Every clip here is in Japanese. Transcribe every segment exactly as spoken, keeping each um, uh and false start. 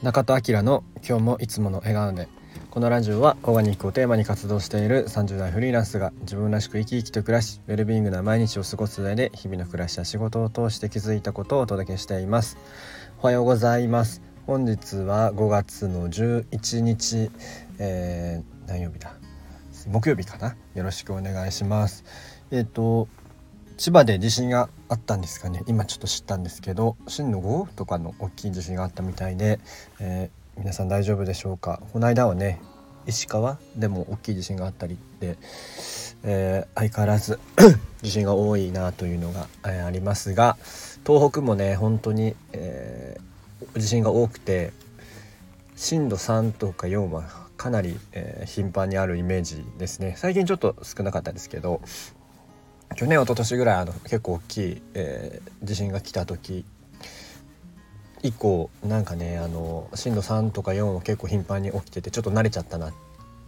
中田明の今日もいつもの笑顔で。このラジオはオーガニックをテーマに活動しているさんじゅう代フリーランスが自分らしく生き生きと暮らし、ウェルビーイングな毎日を過ごす上で日々の暮らしや仕事を通して気づいたことをお届けしています。おはようございます。本日はごがつのじゅういちにち、えー、何曜日だ木曜日かな。よろしくお願いします。えっと千葉で地震があったんですかね。今ちょっと知ったんですけど、震度ごとかの大きい地震があったみたいで、えー、皆さん大丈夫でしょうか。この間はね、石川でも大きい地震があったりで、えー、相変わらず地震が多いなというのが、えー、ありますが、東北もね本当に、えー、地震が多くて、震度さんとかよんはかなり、えー、頻繁にあるイメージですね。最近ちょっと少なかったですけど、去年一昨年ぐらいあの結構大きい、えー、地震が来た時以降、なんかねあの震度さんとかよんは結構頻繁に起きてて、ちょっと慣れちゃったなって、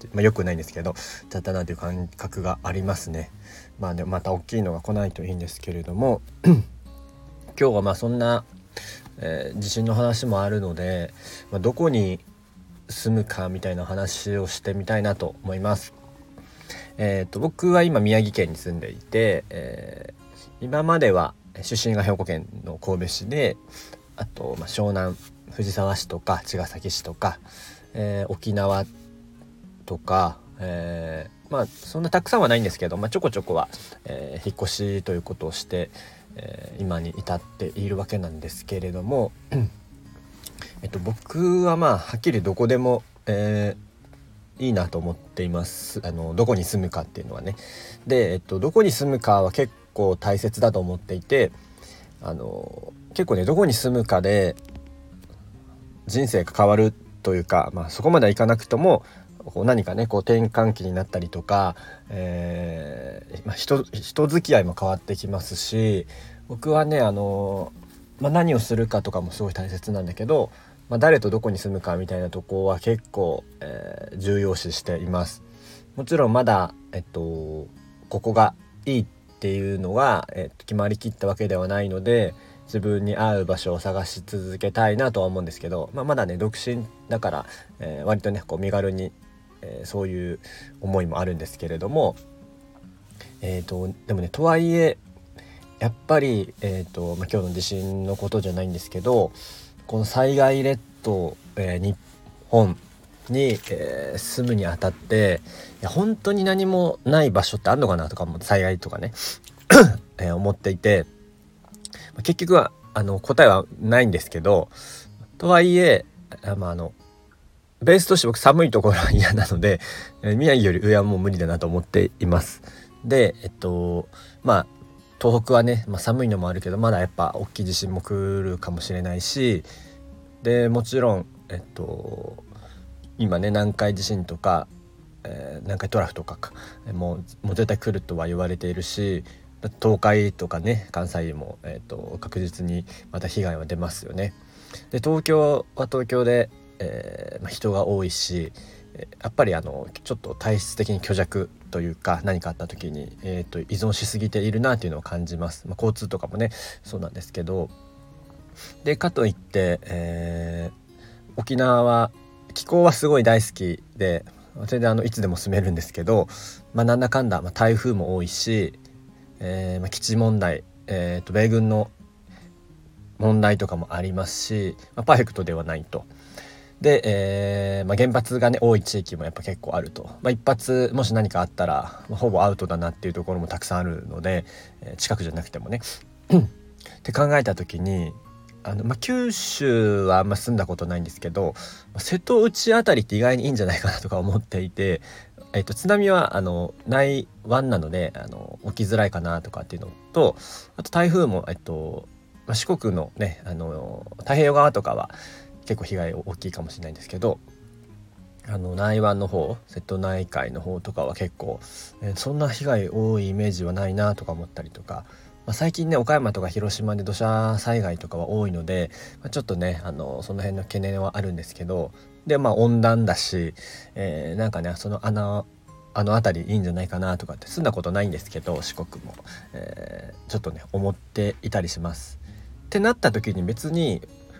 まあ、よくないんですけどちゃったなという感覚がありますね。まあでもまた大きいのが来ないといいんですけれども今日はまあそんな、えー、地震の話もあるので、まあ、どこに住むかみたいな話をしてみたいなと思います。えー、と僕は今宮城県に住んでいて、えー、今までは出身が兵庫県の神戸市で、あと、まあ、湘南藤沢市とか茅ヶ崎市とか、えー、沖縄とか、えー、まあそんなたくさんはないんですけど、まあ、ちょこちょこは、えー、引っ越しということをして、えー、今に至っているわけなんですけれどもえっと僕はまあはっきりどこでも、えーいいなと思っています。あのどこに住むかっていうのはね。で、えっと、どこに住むかは結構大切だと思っていて、あの結構ねどこに住むかで人生が変わるというか、まあ、そこまではいかなくともこう何かねこう転換期になったりとか、えーまあ、人, 人付き合いも変わってきますし、僕はねあの、まあ、何をするかとかもすごい大切なんだけど、まあ、誰とどこに住むかみたいなとこは結構、えー、重要視しています。もちろんまだ、えっと、ここがいいっていうのが、えっと、決まりきったわけではないので、自分に合う場所を探し続けたいなとは思うんですけど、まあ、まだね独身だから、えー、割とねこう身軽に、えー、そういう思いもあるんですけれども、えーと、でもねとはいえやっぱり、えーとまあ、今日の地震のことじゃないんですけど、この災害列島、えー、日本に、えー、住むにあたって、いや本当に何もない場所ってあるのかなとかも災害とかね、えー、思っていて、結局はあの答えはないんですけど、とはいえ、まあ、あのベースとして僕寒いところは嫌なので、えー、宮城より上はもう無理だなと思っています。でえっとまあ東北はね、まあ、寒いのもあるけどまだやっぱ大きい地震も来るかもしれないし、でもちろんえっと今ね南海地震とか、えー、南海トラフとかかもう、もう絶対来るとは言われているし、東海とかね関西も、えー、と確実にまた被害は出ますよね。で東京は東京で、えーまあ、人が多いし、やっぱりあのちょっと体質的に虚弱というか、何かあった時に、えー、と依存しすぎているなというのを感じます。まあ、交通とかもねそうなんですけど、でかといって、えー、沖縄は気候はすごい大好きで、それであのいつでも住めるんですけど、まあ、なんだかんだ、まあ、台風も多いし、えーまあ、基地問題、えー、と米軍の問題とかもありますし、まあ、パーフェクトではないと。で、えーまあ、原発がね多い地域もやっぱ結構あると、まあ、一発もし何かあったら、まあ、ほぼアウトだなっていうところもたくさんあるので、えー、近くじゃなくてもねって考えた時に、あの、まあ、九州はあんま住んだことないんですけど、瀬戸内あたりって意外にいいんじゃないかなとか思っていて、えっと、津波はあのない湾なのであの起きづらいかなとかっていうのと、あと台風も、えっとまあ、四国のねあの太平洋側とかは結構被害大きいかもしれないんですけど、あの内湾の方、瀬戸内海の方とかは結構、えー、そんな被害多いイメージはないなとか思ったりとか、まあ、最近ね岡山とか広島で土砂災害とかは多いので、まあ、ちょっとねあのその辺の懸念はあるんですけど、でまあ温暖だし、えー、なんかねその穴あの辺りいいんじゃないかなとかって住んだことないんですけど、四国も、えー、ちょっとね思っていたりします。ってなった時に別に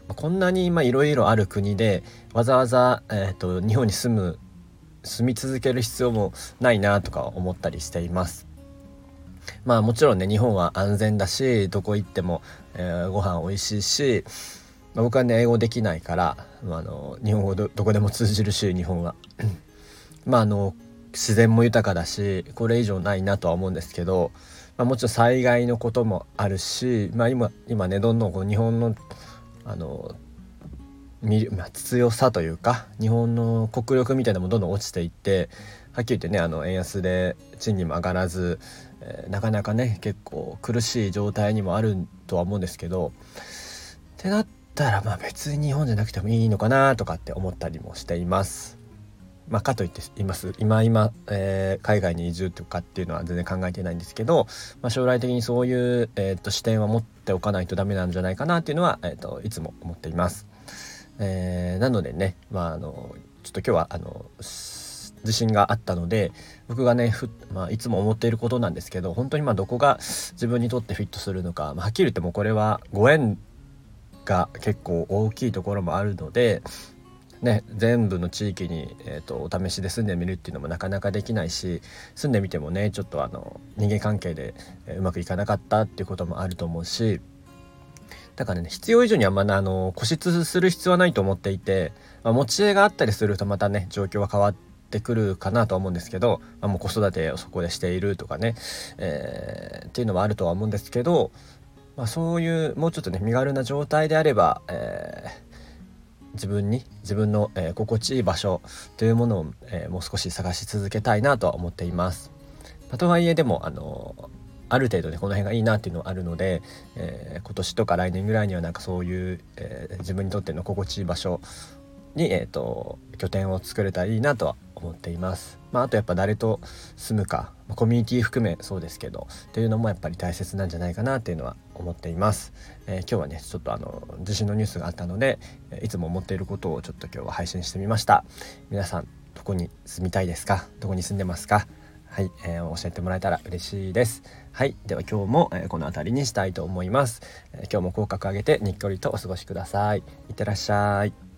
こんなにいろいろある国でわざわざ、えーと、日本に住む住み続ける必要もないなとか思ったりしています。まあもちろんね日本は安全だしどこ行っても、えー、ご飯美味しいし、まあ、僕はね英語できないから、まあ、あの日本語 ど, どこでも通じるし日本はまああの自然も豊かだしこれ以上ないなとは思うんですけど、まあ、もちろん災害のこともあるし、まあ、今, 今ねどんどんこう日本のあのまあ、強さというか日本の国力みたいなのもどんどん落ちていってはっきり言ってねあの円安で賃金も上がらず、えー、なかなかね結構苦しい状態にもあるとは思うんですけどってなったらまあ別に日本じゃなくてもいいのかなとかって思ったりもしています。まあ、かといっています今今、えー、海外に移住とかっていうのは全然考えてないんですけど、まあ、将来的にそういう、えー、と視点は持っておかないとダメなんじゃないかなっていうのは、えー、といつも思っています。えー、なのでね、まあ、あのちょっと今日はあの自信があったので僕がねふ、まあ、いつも思っていることなんですけど本当にまあどこが自分にとってフィットするのか、まあ、はっきり言ってもこれはご縁が結構大きいところもあるので、ね、全部の地域に、えーと、お試しで住んでみるっていうのもなかなかできないし住んでみてもねちょっとあの人間関係で、えー、うまくいかなかったっていうこともあると思うしだからね必要以上にはまだあの固執する必要はないと思っていて、まあ、持ち家があったりするとまたね状況は変わってくるかなとは思うんですけど、まあ、もう子育てをそこでしているとかね、えー、っていうのはあるとは思うんですけど、まあ、そういうもうちょっとね身軽な状態であれば、えー、自分に自分の、えー、心地いい場所というものを、えー、もう少し探し続けたいなとは思っています。まあ、とはいえでもあのある程度ねこの辺がいいなっていうのはあるので、えー、今年とか来年ぐらいにはなんかそういう、えー、自分にとっての心地いい場所に、えーと、拠点を作れたらいいなとは思っています。まあ、あとやっぱ誰と住むかコミュニティ含めそうですけどっていうのもやっぱり大切なんじゃないかなっていうのは思っています。えー、今日はねちょっとあの地震のニュースがあったのでいつも思っていることをちょっと今日は配信してみました。皆さんどこに住みたいですか？どこに住んでますか？はい、えー、教えてもらえたら嬉しいです。はい、では今日も、えー、この辺りにしたいと思います。えー、今日も口角上げてにっこりとお過ごしください。いってらっしゃい。